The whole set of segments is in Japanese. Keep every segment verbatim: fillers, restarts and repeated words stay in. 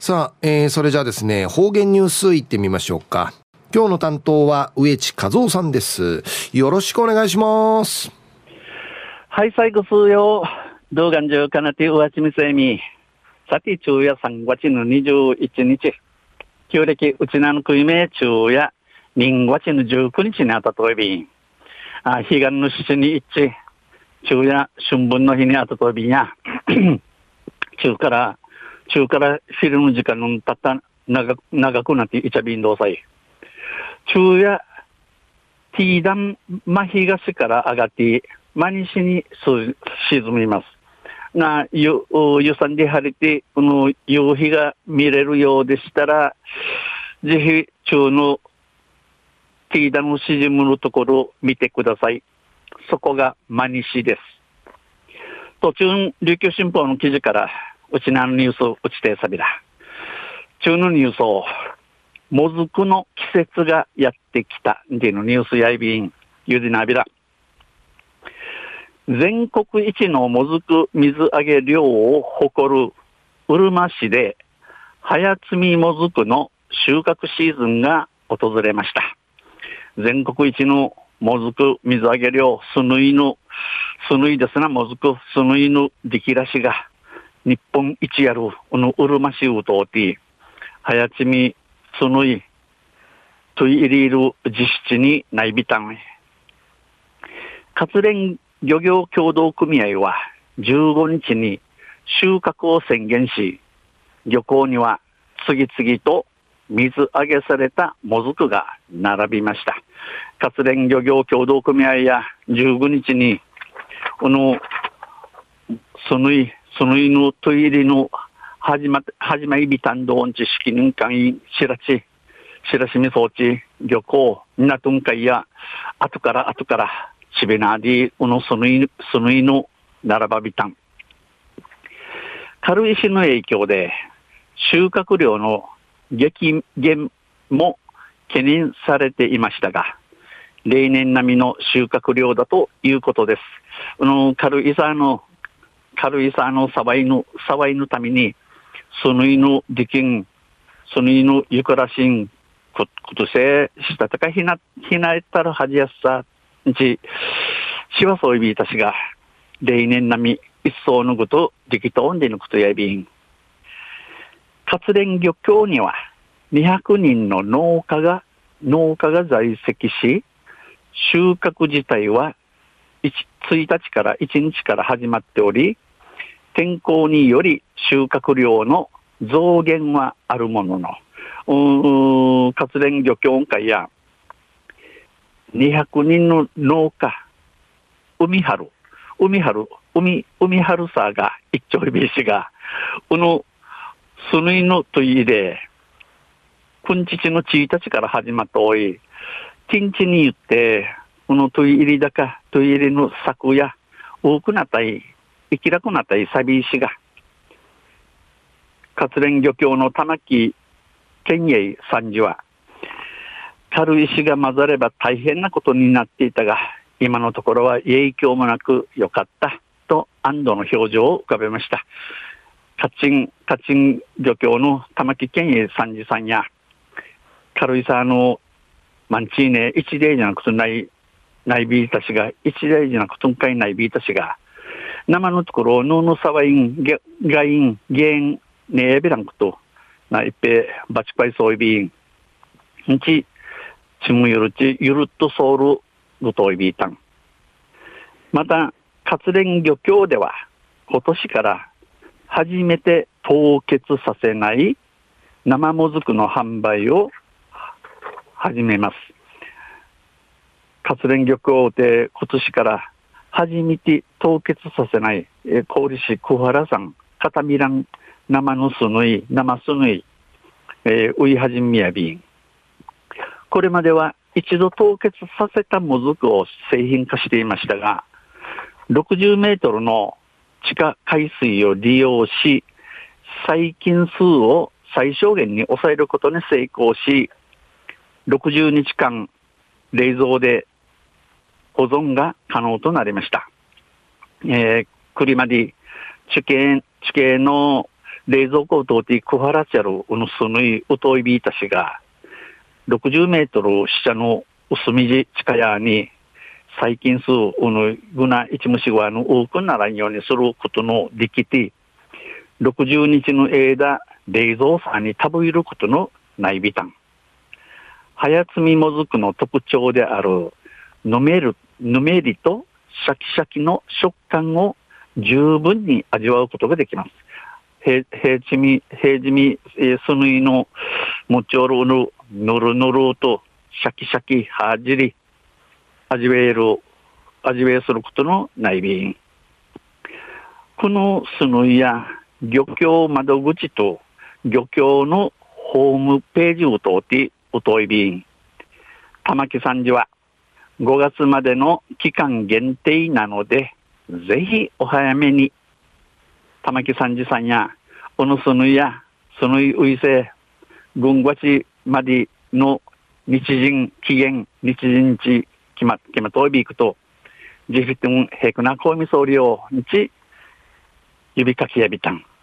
さあ、えー、それじゃあですね、方言ニュースいってみましょうか。今日の担当は植地和夫さんです。よろしくお願いします。 はい、最後数曜動画中かなてうわちみせみさて昼夜さんがつのにじゅういちにち旧暦うちなの食いめ昼夜にがつのじゅうくにちにあたといびあ彼岸のしちに一致昼夜春分の日にあたといびや中から中から昼の時間のたった長長くなっていちゃびんどうさい昼夜ティーダン真東から上がって真西に沈みますが、ゆ湯さんで晴れてこの夕日が見れるようでしたらぜひ中のティーダンの沈むのところを見てください。そこが真西です。途中琉球新報の記事からうちなのニュースをうちてさびら中のニュースをもずくの季節がやってきたっていうのニュースやいびんゆでなびら全国一のもずく水揚げ量を誇るうるま市で早摘みもずくの収穫シーズンが訪れました。全国一のもずく水揚げ量すぬいのすぬいですなもずくすぬいのできらしが日本一やるこのうるま市うとうて早摘みすぬいといりる実質にないびたん活連漁業協同組合はじゅうごにちに収穫を宣言し漁港には次々と水揚げされたもずくが並びました。活連漁業協同組合やじゅうごにちにこのそのいそのいのトイレの始ま始まりびたんどんち式年間しらちしらしみ装置漁港なとんかいや後から後からしべなでこのそのいそのいの並ばびたん軽石の影響で収穫量の激減も懸念されていましたが例年並みの収穫量だということです。この軽石の軽石のさわいのさわいのためにそのいのできんそのいのゆからしんことせしたたかひなひなえたらはじやすさちしわそういびいたしが例年並み一層のことできとんでのことやびん活連漁協にはにひゃくにんの農家が農家が在籍し収穫自体はいついたちからいちにちから始まっており天候により収穫量の増減はあるものの活連漁協会やにひゃくにんの農家海春海春海海春さが一丁びしがこのすぬいのといでくんちちのちいたちから始まっておいティンチに言ってこのとい入りだかとい入りの作や多くなったい生きらくなったいさび石が活連漁協の玉木健栄さんじは軽石が混ざれば大変なことになっていたが今のところは影響もなくよかったと安堵の表情を浮かべました。カチンカチン漁協の玉木健栄さんじさんや軽井沢のマンチーネ一例じゃなくてないないビータ氏が一例じゃなくてんかいないビータ氏が生のところののさわいんがいんげんねえべらんことな一平バチパイソイビンんちちむゆるちゆるっとソウルごといびいたんまた活連漁協では今年から初めて凍結させない生もずくの販売を始めます。活連漁協で今年から初めて凍結させない郡市小原山片見蘭生のすぬい生すぬい、えー、ういはじみやびんこれまでは一度凍結させたもずくを製品化していましたがろくじゅうメートルの地下海水を利用し細菌数を最小限に抑えることに成功しろくじゅうにちかん冷蔵で保存が可能となりました。えー、栗まで地形地形の冷蔵庫を通ってクハラチャルうぬすぬいうといびいたしがろくじゅうメートル下の薄みじ近やに最近数うぬぐな一虫はの多くならんようにすることのできてろくじゅうにちの間冷蔵さに食べることのないびたん。早摘みもずくの特徴であるぬめる、ぬめりとシャキシャキの食感を十分に味わうことができます。平地み、平地み、すぬいのもちょるぬ、ぬるぬるとシャキシャキ、はじり、味わえる、味わえすることのないびん。このすぬいや漁協窓口と漁協のホームページを通ってお問い便。玉木さんじはごがつまでの期間限定なので、ぜひお早めに。玉木さんじさんや、おのすぬいや、すぬいういせ、軍ごちまでの日人期限、日人地決ま、決まといびくと、ジフィトンヘクナコミソリオ日、指かきやびたん。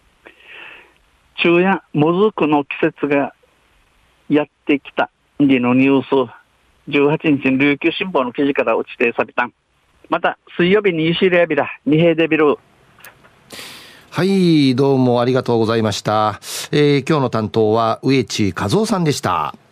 昼夜もずくの季節がやってきた日のニュースじゅうはちにちに琉球新報の記事から落ちてさびたん。また水曜日に石入れやびら二平デビル。 はい、どうもありがとうございました。えー、今日の担当は植地和夫さんでした。